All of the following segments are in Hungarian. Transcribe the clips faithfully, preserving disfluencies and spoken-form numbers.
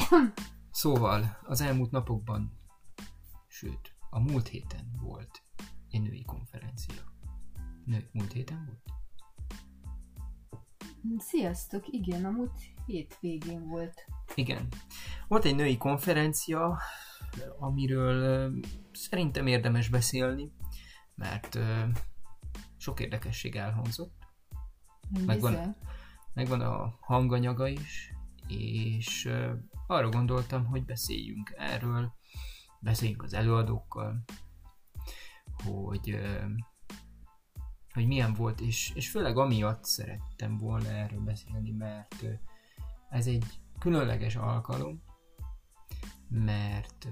Szóval az elmúlt napokban, sőt, a múlt héten volt egy női konferencia. Nő, múlt héten volt? Sziasztok, igen, a múlt hétvégén volt. Igen. Volt egy női konferencia, amiről szerintem érdemes beszélni, mert sok érdekesség elhangzott. Megvan, megvan a hanganyaga is, és arra gondoltam, hogy beszéljünk erről, beszéljünk az előadókkal, hogy, hogy milyen volt, és, és főleg amiatt szerettem volna erről beszélni, mert ez egy különleges alkalom, mert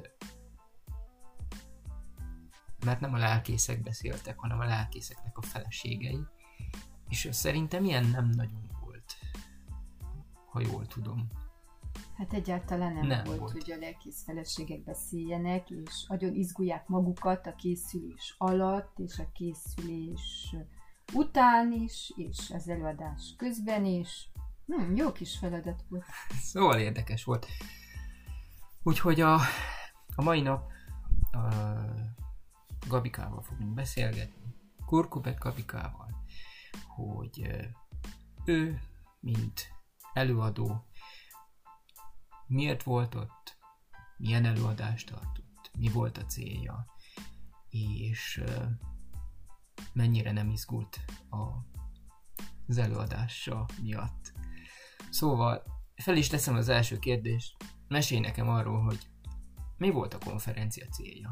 mert nem a lelkészek beszéltek, hanem a lelkészeknek a feleségei, és szerintem ilyen nem nagyon volt, ha jól tudom. Hát egyáltalán nem, nem volt, volt, hogy a lelkész feleségek beszéljenek, és nagyon izgulják magukat a készülés alatt, és a készülés után is, és az előadás közben is. Hmm, jó kis feladat volt. Szóval érdekes volt. Úgyhogy a, a mai nap a Gabikával fogunk beszélgetni, Kurkubek Gabikával, hogy ő, mint előadó, miért volt ott, milyen előadást tartott, mi volt a célja, és mennyire nem izgult a, az előadása miatt. Szóval fel is teszem az első kérdést, mesélj nekem arról, hogy mi volt a konferencia célja.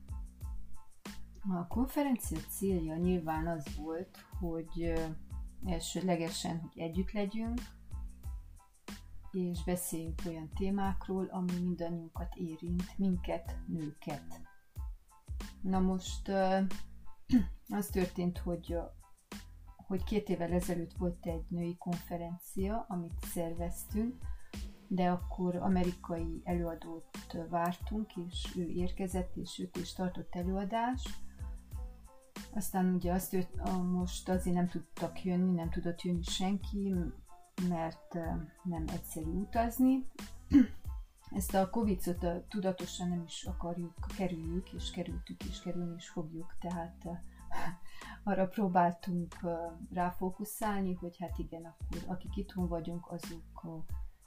A konferencia célja nyilván az volt, hogy elsőlegesen, hogy együtt legyünk, és beszéljünk olyan témákról, ami mindannyiunkat érint, minket, nőket. Na most az történt, hogy, hogy két évvel ezelőtt volt egy női konferencia, amit szerveztünk, de akkor amerikai előadót vártunk, és ő érkezett, és őt is tartott előadást. Aztán ugye azt őt, most azért nem tudtak jönni, nem tudott jönni senki, mert nem egyszerű utazni. Ezt a Covid-ot tudatosan nem is akarjuk, kerüljük, és kerültük, és kerülni is fogjuk, tehát arra próbáltunk ráfókuszálni, hogy hát igen, akkor akik itthon vagyunk, azok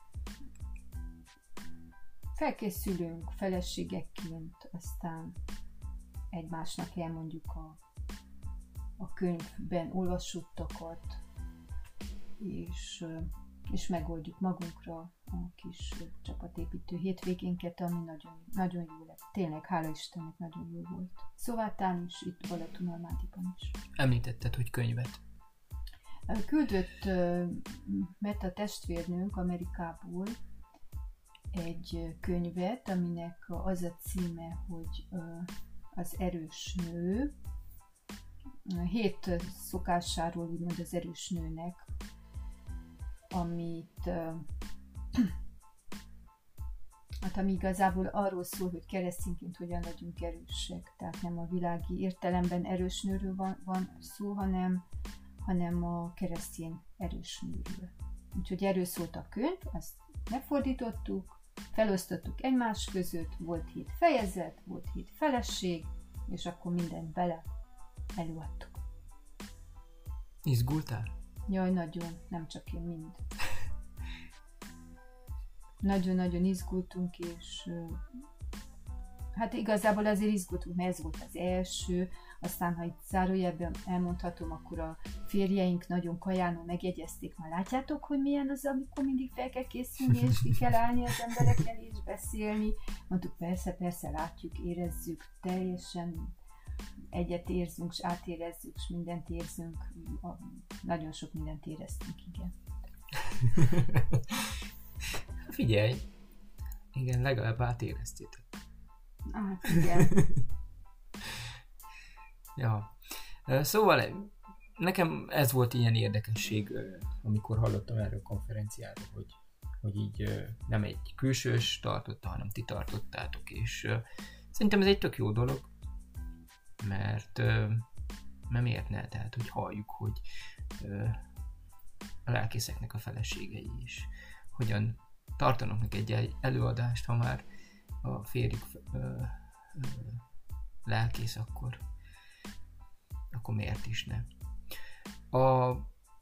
felkészülünk feleségekként, aztán egymásnak elmondjuk a, a könyvben olvasottakat, és, és megoldjuk magunkra a kis csapatépítő hétvégénket, ami nagyon, nagyon jó lett. Tényleg, hála Istennek, nagyon jó volt. Szóvátán is, itt Balatonalmádiban is. Említetted, hogy könyvet. Küldött Meta testvérnőnk Amerikából egy könyvet, aminek az a címe, hogy az erős nő. Hét szokásáról úgymond az erős nőnek, amit hát ami igazából arról szól, hogy keresztényként hogyan legyünk erősek. Tehát nem a világi értelemben erős nőről van, van szó, hanem, hanem a keresztény erős nőről. Úgyhogy erről szólt a könyv, azt megfordítottuk, felosztottuk egymás között, volt hét fejezet, volt hét feleség, és akkor mindent bele előadtuk. Izgultál? Jaj, nagyon, nem csak én, mind. Nagyon-nagyon izgultunk, és hát igazából azért izgultunk, mert ez volt az első, aztán, ha itt zárójelben elmondhatom, akkor a férjeink nagyon kajánul megjegyezték, már látjátok, hogy milyen az, amikor mindig fel kell készülni, és ki kell állni az emberekkel, és beszélni. Mondtuk, persze, persze, látjuk, érezzük, teljesen egyet érzünk, és átérezzük, és mindent érzünk. Nagyon sok mindent éreztünk, igen. Figyelj! Igen, legalább átéreztétek. Hát igen. Ja. Szóval nekem ez volt ilyen érdekesség, amikor hallottam erről a konferenciáról, hogy, hogy így nem egy külsős tartotta, hanem ti tartottátok, és szerintem ez egy tök jó dolog, mert nem értne, tehát hogy halljuk, hogy a lelkészeknek a feleségei is hogyan tartanak meg egy előadást, ha már a férjük ö, ö, lelkész, akkor, akkor miért is ne. A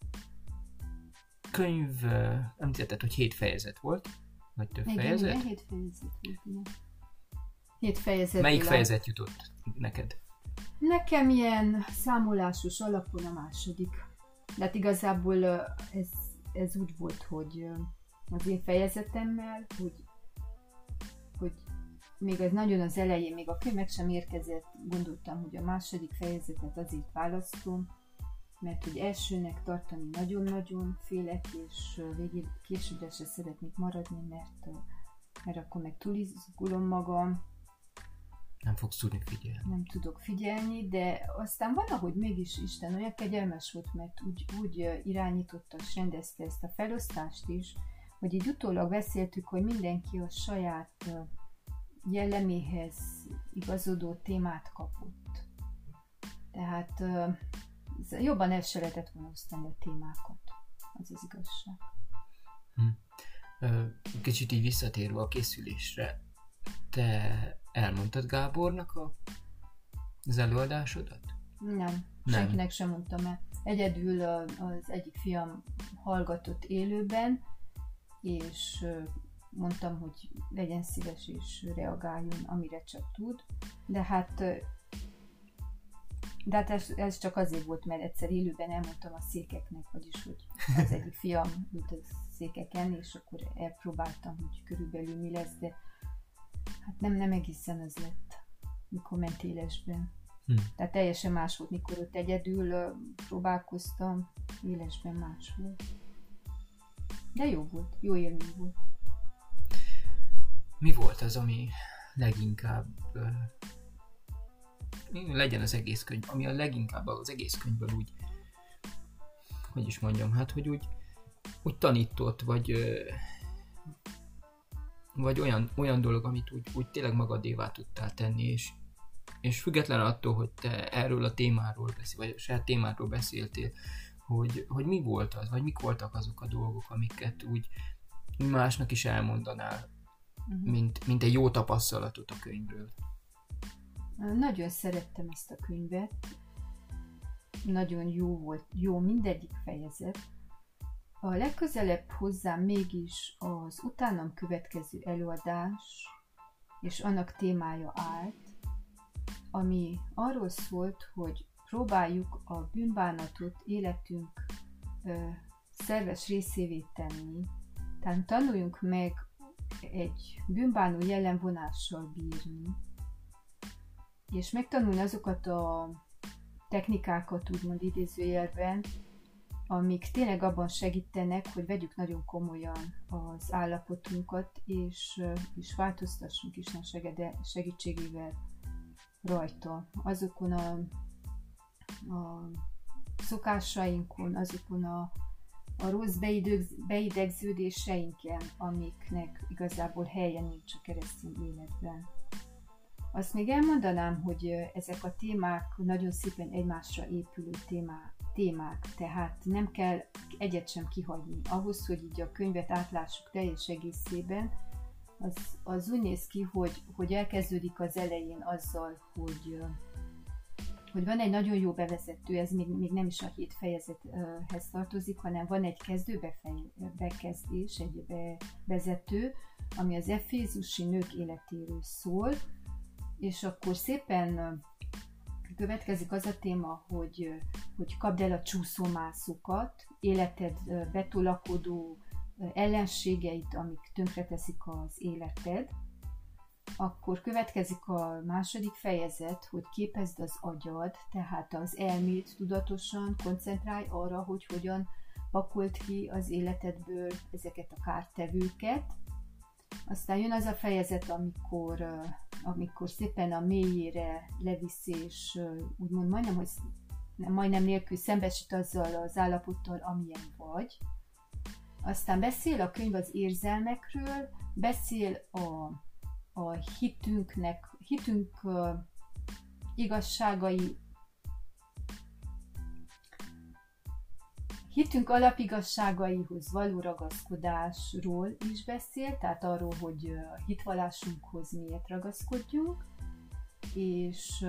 könyv, említetted, hogy hét fejezet volt, vagy több igen, fejezet? Igen, hét fejezet volt, igen. Hét fejezet. Melyik fejezet jutott neked? Nekem ilyen számolásos alapon a második. De hát igazából ez, ez úgy volt, hogy az én fejezetemmel, hogy, hogy még az nagyon az elején, még a könyv meg sem érkezett, gondoltam, hogy a második fejezetet azért választom, mert hogy elsőnek tartani nagyon-nagyon félek, és végig későbbre se szeretnék maradni, mert, mert akkor meg túlizgulom magam. Nem fogsz tudni figyelni. Nem tudok figyelni, de aztán valahogy mégis Isten olyan kegyelmes volt, mert úgy, úgy irányította és rendezte ezt a felosztást is, hogy így utólag beszéltük, hogy mindenki a saját jelleméhez igazodó témát kapott. Tehát jobban el se lehetett volna osztani a témákat. Az az igazság. Hm. Kicsit így visszatérve a készülésre, te elmondtad Gábornak a, az előadásodat? Nem, Nem. senkinek sem mondtam el. Egyedül az egyik fiam hallgatott élőben, és mondtam, hogy legyen szíves és reagáljon, amire csak tud. De hát, de hát ez, ez csak azért volt, mert egyszer élőben elmondtam a székeknek, vagyis, hogy az egyik fiam ült a székeken, és akkor elpróbáltam, hogy körülbelül mi lesz, de hát nem, nem egészen az lett, mikor ment élesben. Hm. Tehát teljesen más volt, mikor ott egyedül uh, próbálkoztam, élesben más volt. De jó volt, jó élmény volt. Mi volt az, ami leginkább uh, legyen az egész könyv, ami a leginkább az egész könyvből úgy, hogy is mondjam, hát, hogy úgy, úgy tanított, vagy uh, vagy olyan, olyan dolog, amit úgy, úgy tényleg magadévá tudtál tenni, és, és független attól, hogy te erről a témáról beszél, vagy a saját témáról beszéltél, hogy, hogy mi volt az, vagy mik voltak azok a dolgok, amiket úgy másnak is elmondanál, uh-huh. mint, mint egy jó tapasztalatot a könyvről. Nagyon szerettem ezt a könyvet, nagyon jó volt, jó mindegyik fejezet. A legközelebb hozzám mégis az utánam következő előadás, és annak témája állt, ami arról szólt, hogy próbáljuk a bűnbánatot életünk ö, szerves részévé tenni, tehát tanuljunk meg egy bűnbánó jellemvonással bírni, és megtanulni azokat a technikákat, úgymond idézőjelben, amik tényleg abban segítenek, hogy vegyük nagyon komolyan az állapotunkat, és, és változtassunk Isten segítségével rajta. Azokon a, a szokásainkon, azokon a, a rossz beidegződéseinken, amiknek igazából helye nincs a keresztény életben. Azt még elmondanám, hogy ezek a témák nagyon szépen egymásra épülő témák, témák, tehát nem kell egyet sem kihagyni. Ahhoz, hogy így a könyvet átlássuk teljes egészében, az, az úgy néz ki, hogy, hogy elkezdődik az elején azzal, hogy, hogy van egy nagyon jó bevezető, ez még, még nem is a hét fejezethez tartozik, hanem van egy kezdő befej, bekezdés, egy bevezető, ami az efézusi nők életéről szól, és akkor szépen következik az a téma, hogy, hogy kapd el a csúszómászokat, életed betolakodó ellenségeit, amik tönkreteszik az életed. Akkor következik a második fejezet, hogy képezd az agyad, tehát az elmét tudatosan koncentrálj arra, hogy hogyan pakolt ki az életedből ezeket a kártevőket. Aztán jön az a fejezet, amikor, amikor szépen a mélyére levisz, és úgymond majdnem, hogy majdnem nélkül szembesít azzal az állapottal, amilyen vagy. Aztán beszél a könyv az érzelmekről, beszél a, a hitünknek, hitünk uh, igazságai, hitünk alapigazságaihoz való ragaszkodásról is beszél, tehát arról, hogy a hitvallásunkhoz miért ragaszkodjunk, és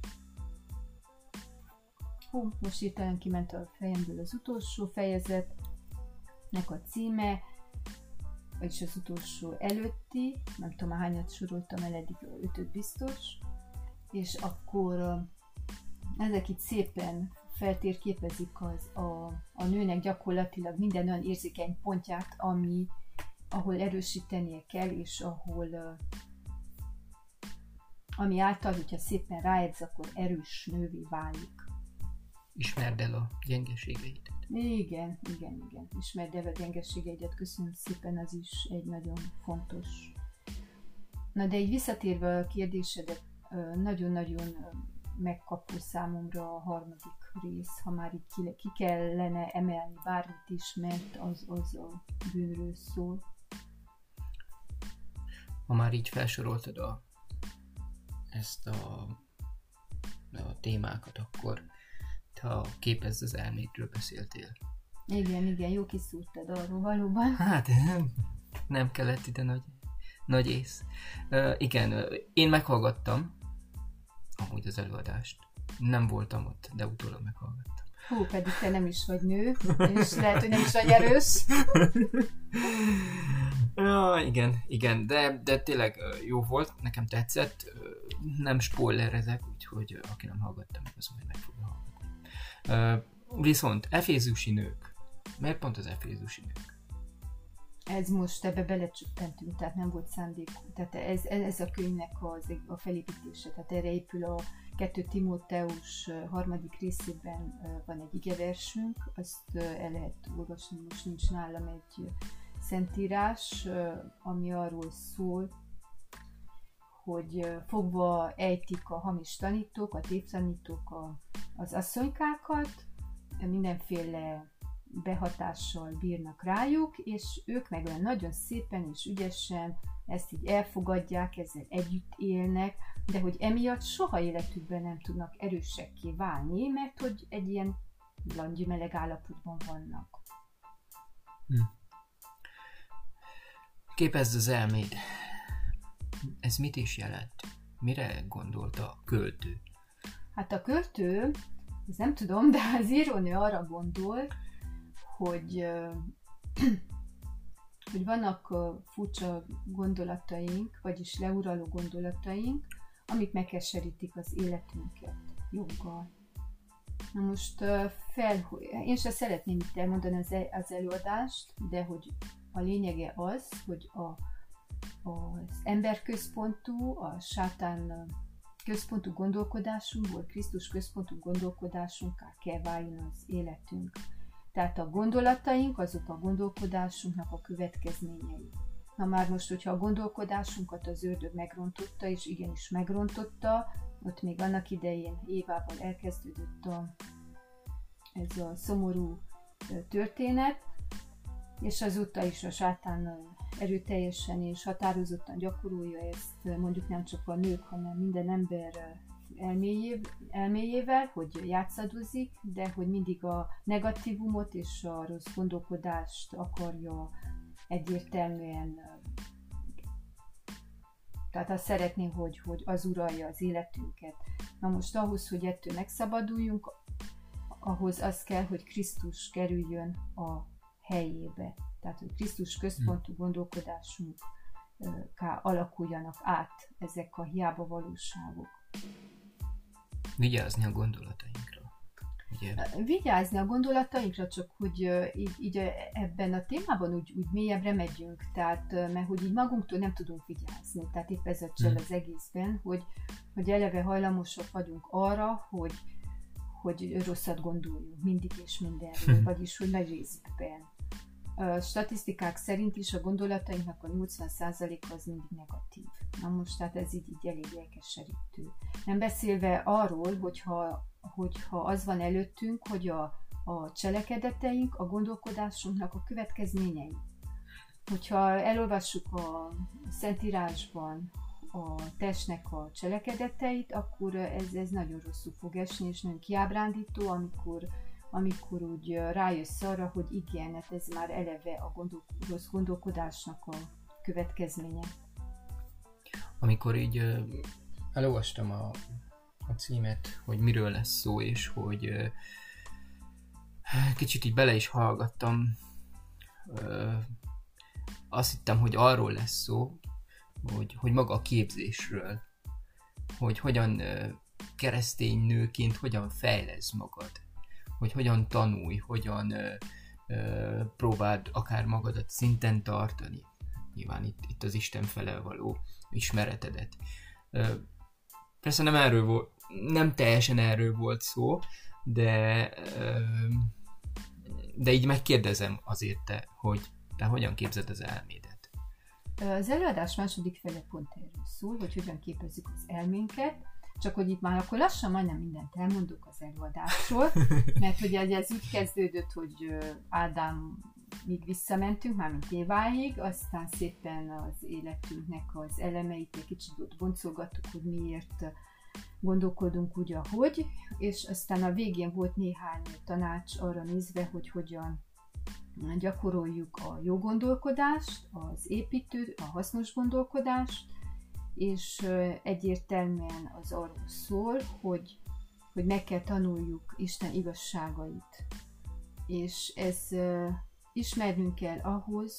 hú, most hirtelen kiment a fejemből az utolsó fejezetnek a címe, vagyis az utolsó előtti, nem tudom már hányat soroltam el, eddig ötöt biztos, és akkor ezek itt szépen feltérképezik az, a, a nőnek gyakorlatilag minden olyan érzékeny pontját, ami, ahol erősítenie kell, és ahol ami által, hogyha szépen ráedz, akkor erős nővé válik. Ismerd el a gyengeségeidet. Igen, igen, igen. Ismerd el a gyengeségeidet. Köszönöm szépen, az is egy nagyon fontos. Na de így visszatérve a kérdésedet, nagyon-nagyon megkapó számomra a harmadik rész, ha már így ki kellene emelni bármit is, mert az, az a bűnről szól. Ha már így felsoroltad a, ezt a, a témákat, akkor ha képezd az elmédről beszéltél. Igen, igen, jó kiszúrtad arról valóban. Hát nem, nem kellett ide nagy, nagy ész. Uh, igen, én meghallgattam amúgy az előadást. Nem voltam ott, de utólag meghallgattam. Hú, pedig te nem is vagy nő, és lehet, hogy nem is vagy erős. Ja, igen, igen, de, de tényleg jó volt, nekem tetszett. Nem spoilerezek, úgyhogy aki nem hallgatta meg, az majd meg fogja hallgatni. Viszont efézusi nők. Miért pont az efézusi nők? Ez most ebbe belecsöppentünk, tehát nem volt szándék. Tehát ez, ez a könyvnek az, a felépítése, tehát erre épül a kettő Timóteus harmadik részében van egy igeversünk, azt el lehet olvasni, most nincs nálam egy szentírás, ami arról szól, hogy fogva ejtik a hamis tanítók, a tévtanítók a, az asszonykákat, mindenféle behatással bírnak rájuk, és ők meg olyan nagyon szépen és ügyesen ezt így elfogadják, ezzel együtt élnek, de hogy emiatt soha életükben nem tudnak erősekké válni, mert hogy egy ilyen langyi meleg állapotban vannak. Hm. Képezd az elméd. Ez mit is jelent? Mire gondolt a költő? Hát a költő, ez nem tudom, de az írónő arra gondolt, hogy, hogy vannak furcsa gondolataink, vagyis leuraló gondolataink, amik megkeserítik az életünket joggal. Na most fel, én sem szeretném itt elmondani az, az előadást, de hogy a lényege az, hogy a, az emberközpontú, a sátán központú gondolkodásunkból Krisztus központú gondolkodásunká kell váljon az életünk. Tehát a gondolataink azok a gondolkodásunknak a következményei. Na már most, hogyha a gondolkodásunkat az ördög megrontotta, és igenis megrontotta, ott még annak idején Évával elkezdődött a, ez a szomorú történet, és azóta is a sátán erőteljesen és határozottan gyakorolja ezt, mondjuk nem csak a nők, hanem minden ember elméjével, hogy játszadozik, de hogy mindig a negatívumot és a rossz gondolkodást akarja egyértelműen, tehát azt szeretné, hogy, hogy az uralja az életünket. Na most ahhoz, hogy ettől megszabaduljunk, ahhoz az kell, hogy Krisztus kerüljön a helyébe. Tehát, hogy Krisztus központú gondolkodásunkká alakuljanak át ezek a hiába valóságok. Vigyázni a gondolatainkra. Ugye? Vigyázni a gondolatainkra, csak hogy így, így ebben a témában úgy, úgy mélyebbre megyünk, tehát, mert hogy így magunktól nem tudunk vigyázni. Tehát épp ez a csel az egészben, hogy, hogy eleve hajlamosak vagyunk arra, hogy, hogy rosszat gondoljunk mindig és mindenről, vagyis hogy nagy részben. A statisztikák szerint is a gondolatainknak a nyolcvan százaléka az mindig negatív. Na most tehát ez így, így elég elkeserítő. Nem beszélve arról, hogyha, hogyha az van előttünk, hogy a, a cselekedeteink, a gondolkodásunknak a következményei. Hogyha elolvassuk a Szentírásban a testnek a cselekedeteit, akkor ez, ez nagyon rosszul fog esni, és nagyon kiábrándító, amikor amikor úgy rájössz arra, hogy igen, hát ez már eleve a gondol- rossz gondolkodásnak a következménye. Amikor így uh, elolvastam a, a címet, hogy miről lesz szó, és hogy uh, kicsit így bele is hallgattam, uh, azt hittem, hogy arról lesz szó, hogy, hogy maga a képzésről, hogy hogyan uh, keresztény nőként hogyan fejlesz magad, hogy hogyan tanulj, hogyan uh, uh, próbáld akár magadat szinten tartani. Nyilván itt, itt az Isten felel való ismeretedet. Uh, persze nem erről volt, nem teljesen erről volt szó, de, uh, de így megkérdezem azért te, hogy te hogyan képzeld az elmédet. Az előadás második fele pont erről szól, hogy hogyan képezzük az elménket, csak hogy itt már akkor lassan majdnem mindent elmondok az előadásról, mert ugye ez úgy kezdődött, hogy Ádámig visszamentünk, mármint Éváig, aztán szépen az életünknek az elemeit egy kicsit ott boncolgattuk, hogy miért gondolkodunk úgy, ahogy, és aztán a végén volt néhány tanács arra nézve, hogy hogyan gyakoroljuk a jó gondolkodást, az építő, a hasznos gondolkodást, és egyértelműen az arról szól, hogy, hogy meg kell tanuljuk Isten igazságait. És ez ismernünk kell ahhoz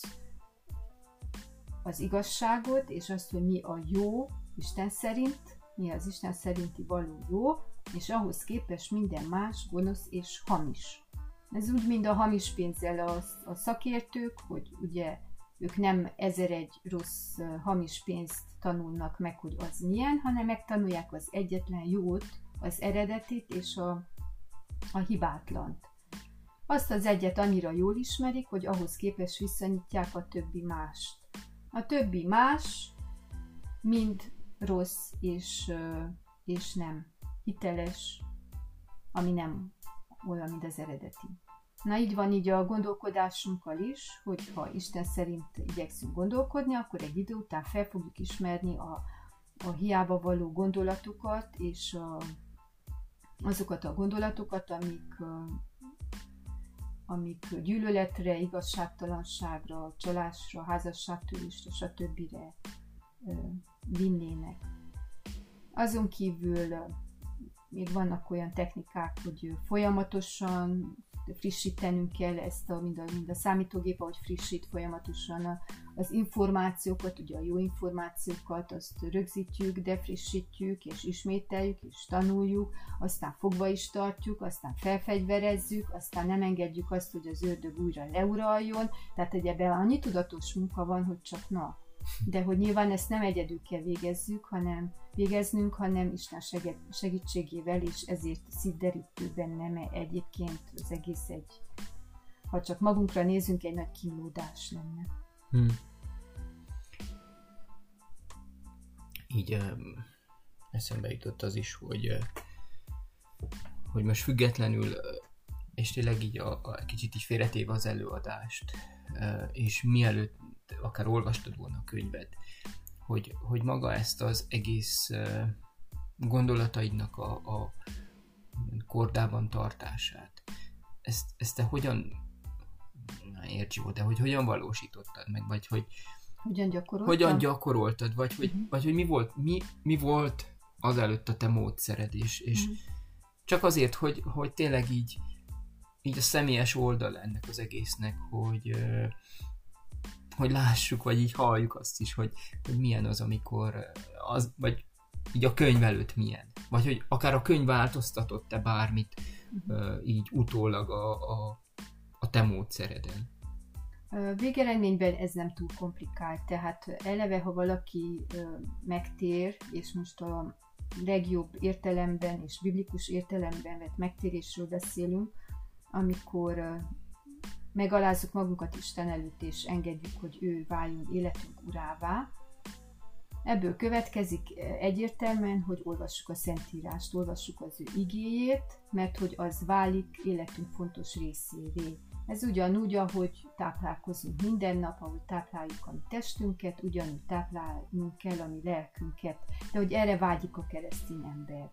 az igazságot, és azt, hogy mi a jó Isten szerint, mi az Isten szerinti való jó, és ahhoz képest minden más gonosz és hamis. Ez úgy, mint a hamis pénzzel a, a szakértők, hogy ugye ők nem ezer egy rossz hamis pénzt tanulnak meg, hogy az milyen, hanem megtanulják az egyetlen jót, az eredetit és a, a hibátlant. Azt az egyet annyira jól ismerik, hogy ahhoz képest viszonyítják a többi mást. A többi más mind rossz és, és nem hiteles, ami nem olyan, mint az eredeti. Na így van így a gondolkodásunkkal is, hogy ha Isten szerint igyekszünk gondolkodni, akkor egy idő után fel fogjuk ismerni a, a hiába való gondolatokat, és a, azokat a gondolatokat, amik, amik gyűlöletre, igazságtalanságra, csalásra, házasságtörésre, stb. Vinnének. Azon kívül még vannak olyan technikák, hogy folyamatosan frissítenünk kell ezt, a, mind, a, mind a számítógép, ahogy frissít folyamatosan a, az információkat, ugye a jó információkat, azt rögzítjük, de frissítjük, és ismételjük, és tanuljuk, aztán fogva is tartjuk, aztán felfegyverezzük, aztán nem engedjük azt, hogy az ördög újra leuraljon, tehát egy ebben annyi tudatos munka van, hogy csak na. De hogy nyilván ezt nem egyedül kell végezzük, hanem végeznünk, hanem Isten segítségével, és ezért szívderítő benne, mert egyébként az egész egy, ha csak magunkra nézünk, egy nagy kínlódás lenne. Hmm. Így um, eszembe jutott az is, hogy, uh, hogy most függetlenül, uh, és tényleg így a, a kicsit így félretéve az előadást, uh, és mielőtt akár olvastad volna a könyvet, hogy, hogy maga ezt az egész uh, gondolataidnak a, a kordában tartását, ezt, ezt te hogyan, na érts jó, de hogy hogyan valósítottad meg, vagy hogy hogyan gyakoroltad, hogyan gyakoroltad, vagy, hogy, uh-huh. vagy hogy mi volt, mi, mi volt azelőtt a te módszered, és, és uh-huh. csak azért, hogy, hogy tényleg így, így a személyes oldal ennek az egésznek, hogy uh, hogy lássuk, vagy így halljuk azt is, hogy, hogy milyen az, amikor az, vagy így a könyv előtt milyen. Vagy hogy akár a könyv változtatott-e bármit uh-huh. uh, így utólag a, a, a te módszereden. Végeredményben ez nem túl komplikált, tehát eleve, ha valaki uh, megtér, és most a legjobb értelemben és biblikus értelemben vett megtérésről beszélünk, amikor uh, megalázzuk magunkat Isten előtt, és engedjük, hogy ő váljon életünk urává. Ebből következik egyértelműen, hogy olvassuk a Szentírást, olvassuk az ő igéjét, mert hogy az válik életünk fontos részévé. Ez ugyanúgy, ahogy táplálkozunk minden nap, ahogy tápláljuk a mi testünket, ugyanúgy táplálnunk kell a mi lelkünket, de hogy erre vágyik a keresztény ember.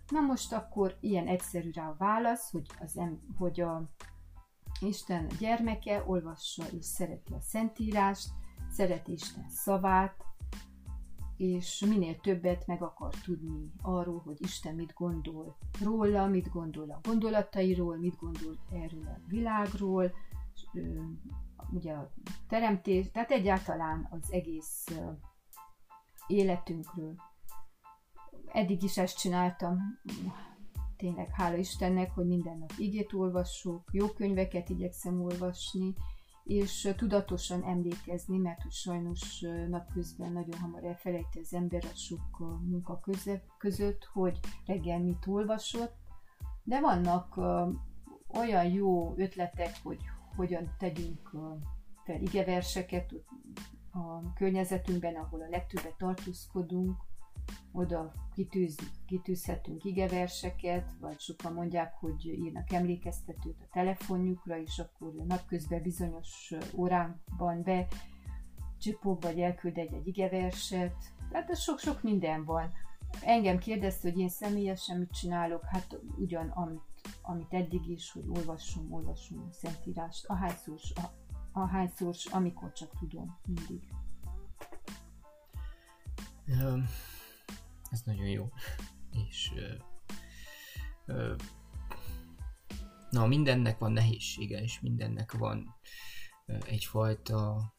Na most akkor ilyen egyszerű rá a válasz, hogy, az em, hogy a Isten a gyermeke, olvassa és szereti a Szentírást, szereti Isten szavát, és minél többet meg akar tudni arról, hogy Isten mit gondol róla, mit gondol a gondolatairól, mit gondol erről a világról, ugye a teremtés, tehát egyáltalán az egész életünkről. Eddig is ezt csináltam, tényleg hála Istennek, hogy minden nap igét olvassuk, jó könyveket igyekszem olvasni, és tudatosan emlékezni, mert hogy sajnos napközben nagyon hamar elfelejti az ember a sok munka között, hogy reggel mit olvasott, de vannak olyan jó ötletek, hogy hogyan tegyünk fel igeverseket a környezetünkben, ahol a legtöbbet tartózkodunk, oda kitűz, kitűzhetünk igeverseket, vagy sokan mondják, hogy írnak emlékeztetőt a telefonjukra, és akkor napközben bizonyos órákban be csipog, vagy elküld egy igeverset. Tehát ez sok-sok minden van. Engem kérdezte, hogy én személyesen mit csinálok, hát ugyan, amit, amit eddig is, hogy olvassam, olvassam a Szentírást, ahányszor, ahányszor, amikor csak tudom, mindig. Um. Ez nagyon jó. És ö, ö, na, mindennek van nehézsége, és mindennek van ö, egyfajta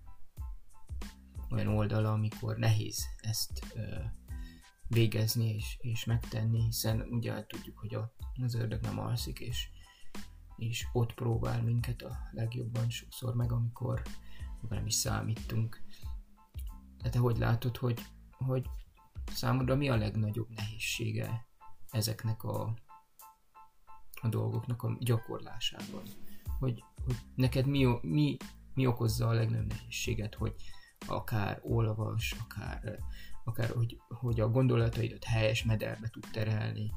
olyan oldala, amikor nehéz ezt ö, végezni és, és megtenni, hiszen ugye tudjuk, hogy a, az ördög nem alszik, és, és ott próbál minket a legjobban sokszor meg, amikor, amikor nem is számítunk. De te hogy látod, hogy, hogy számodra mi a legnagyobb nehézsége ezeknek a, a dolgoknak a gyakorlásában? Hogy, hogy neked mi, mi, mi okozza a legnagyobb nehézséget, hogy akár olvas, akár, akár hogy, hogy a gondolataidat helyes mederbe tud terelni?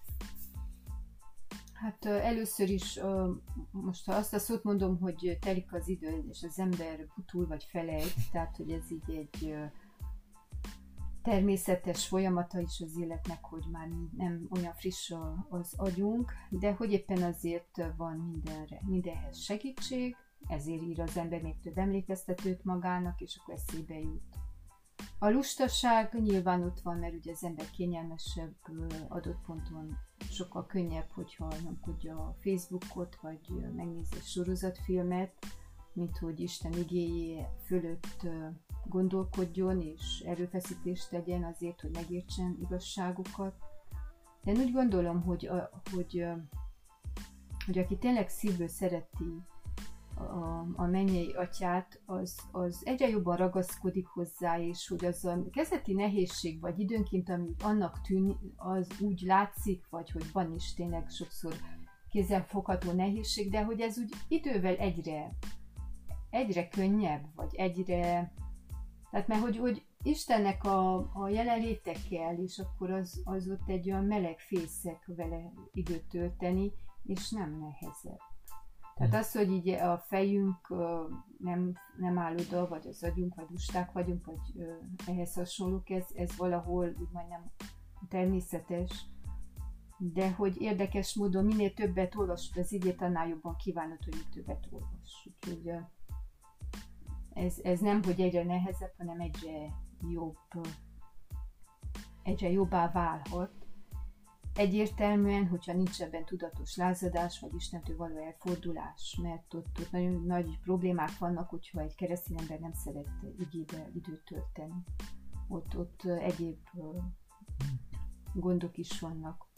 Hát először is, most ha azt a szót mondom, hogy telik az idő, és az ember butul vagy felejt, tehát hogy ez így egy természetes folyamata is az életnek, hogy már nem olyan friss az agyunk, de hogy éppen azért van mindenre, mindenhez segítség, ezért ír az ember még több emlékeztetőt magának, és akkor eszébe jut. A lustaság nyilván ott van, mert ugye az ember kényelmesebb adott ponton, sokkal könnyebb, hogyha nyomkodja a Facebookot, vagy megnézi a sorozatfilmet, mint hogy Isten igéjé fölött gondolkodjon és erőfeszítést tegyen azért, hogy megértsen igazságokat. De én úgy gondolom, hogy, a, hogy, hogy aki tényleg szívből szereti a, a mennyei atyát, az, az egyre jobban ragaszkodik hozzá, és hogy az a kezdeti nehézség, vagy időnként, ami annak tűnik, az úgy látszik, vagy hogy van is tényleg sokszor kézzelfogható nehézség, de hogy ez úgy idővel egyre, egyre könnyebb, vagy egyre... Tehát mert hogy, hogy Istennek a, a jelenléte kell, és akkor az, az ott egy olyan meleg fészek vele időt tölteni, és nem nehezebb. Tehát az, hogy így a fejünk nem, nem áll oda, vagy az agyunk, vagy lusták vagyunk, vagy ehhez hasonlók, ez, ez valahol úgy majdnem természetes, de hogy érdekes módon minél többet olvasod az igét, annál jobban kívánod, hogy még többet olvass. Úgyhogy ez, ez nem, hogy egyre nehezebb, hanem egyre jobb, egyre jobbá válhat. Egyértelműen, hogyha nincs ebben tudatos lázadás, vagy Istentől való elfordulás, mert ott, ott nagyon nagy problémák vannak, hogyha egy keresztény ember nem szeret igébe időt tölteni. Ott, ott egyéb gondok is vannak.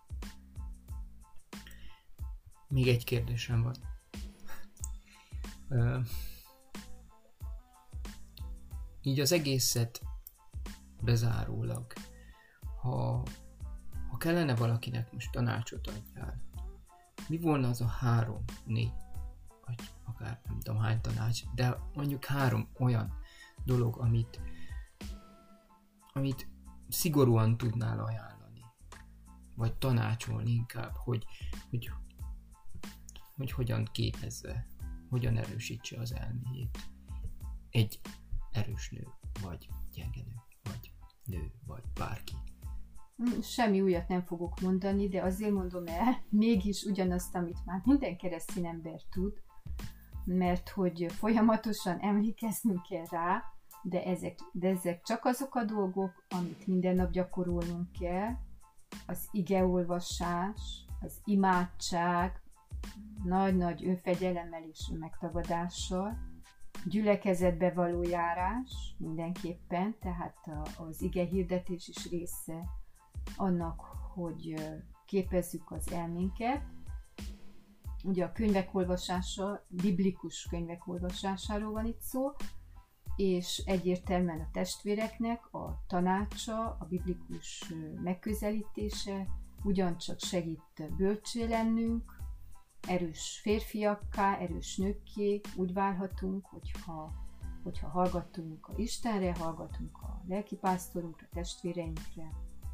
Még egy kérdésem van. Uh, így az egészet bezárólag, ha, ha kellene valakinek most tanácsot adjál, mi volna az a három, négy, vagy akár nem tudom hány tanács, de mondjuk három olyan dolog, amit, amit szigorúan tudnál ajánlani, vagy tanácsolni inkább, hogy, hogy, hogy hogyan képezze, hogyan erősítse az elméjét egy erős nő, vagy gyenge nő, vagy nő, vagy bárki. Semmi újat nem fogok mondani, de azért mondom el mégis ugyanazt, amit már minden keresztény ember tud, mert hogy folyamatosan emlékeznünk kell rá, de ezek, de ezek csak azok a dolgok, amit minden nap gyakorolnunk kell, az igeolvasás, az imádság, nagy-nagy önfegyelemmel és önmegtagadással, gyülekezetbe való járás mindenképpen, tehát az ige hirdetés is része annak, hogy képezzük az elménket. Ugye a könyvek olvasása, biblikus könyvek olvasásáról van itt szó, és egyértelműen a testvéreknek a tanácsa, a biblikus megközelítése ugyancsak segít bölcsé lennünk, erős férfiakká, erős nőkké úgy válhatunk, hogyha, hogyha hallgatunk a Istenre, hallgatunk a lelkipásztorunkra, testvéreinkre.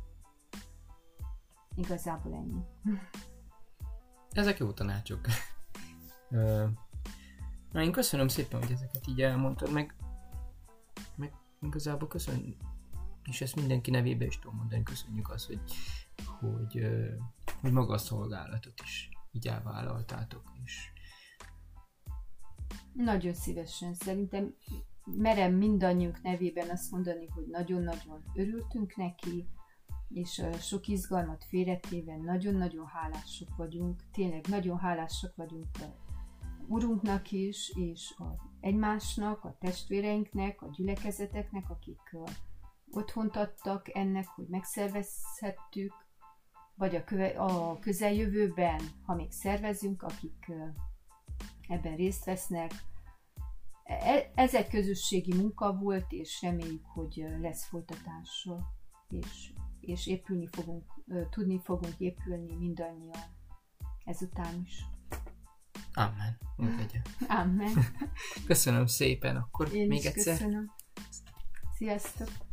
Igazából ennyi. Ezek jó tanácsok. Na, én köszönöm szépen, hogy ezeket így elmondtad, meg, meg igazából köszönöm, és ezt mindenki nevébe is tudom mondani, köszönjük azt, hogy, hogy, hogy maga a szolgálatot is így elvállaltátok is. Nagyon szívesen. Szerintem merem mindannyiunk nevében azt mondani, hogy nagyon-nagyon örültünk neki, és sok izgalmat félretéve nagyon-nagyon hálások vagyunk. Tényleg nagyon hálásak vagyunk a Urunknak is, és a egymásnak, a testvéreinknek, a gyülekezeteknek, akik otthont adtak ennek, hogy megszervezhettük, vagy a, köve, a közeljövőben, ha még szervezünk, akik ebben részt vesznek. Ez egy közösségi munka volt, és reméljük, hogy lesz folytatása, és, és épülni fogunk, tudni fogunk épülni mindannyian ezután is. Amen. Amen. Köszönöm szépen, akkor Én még egyszer. Köszönöm. Sziasztok!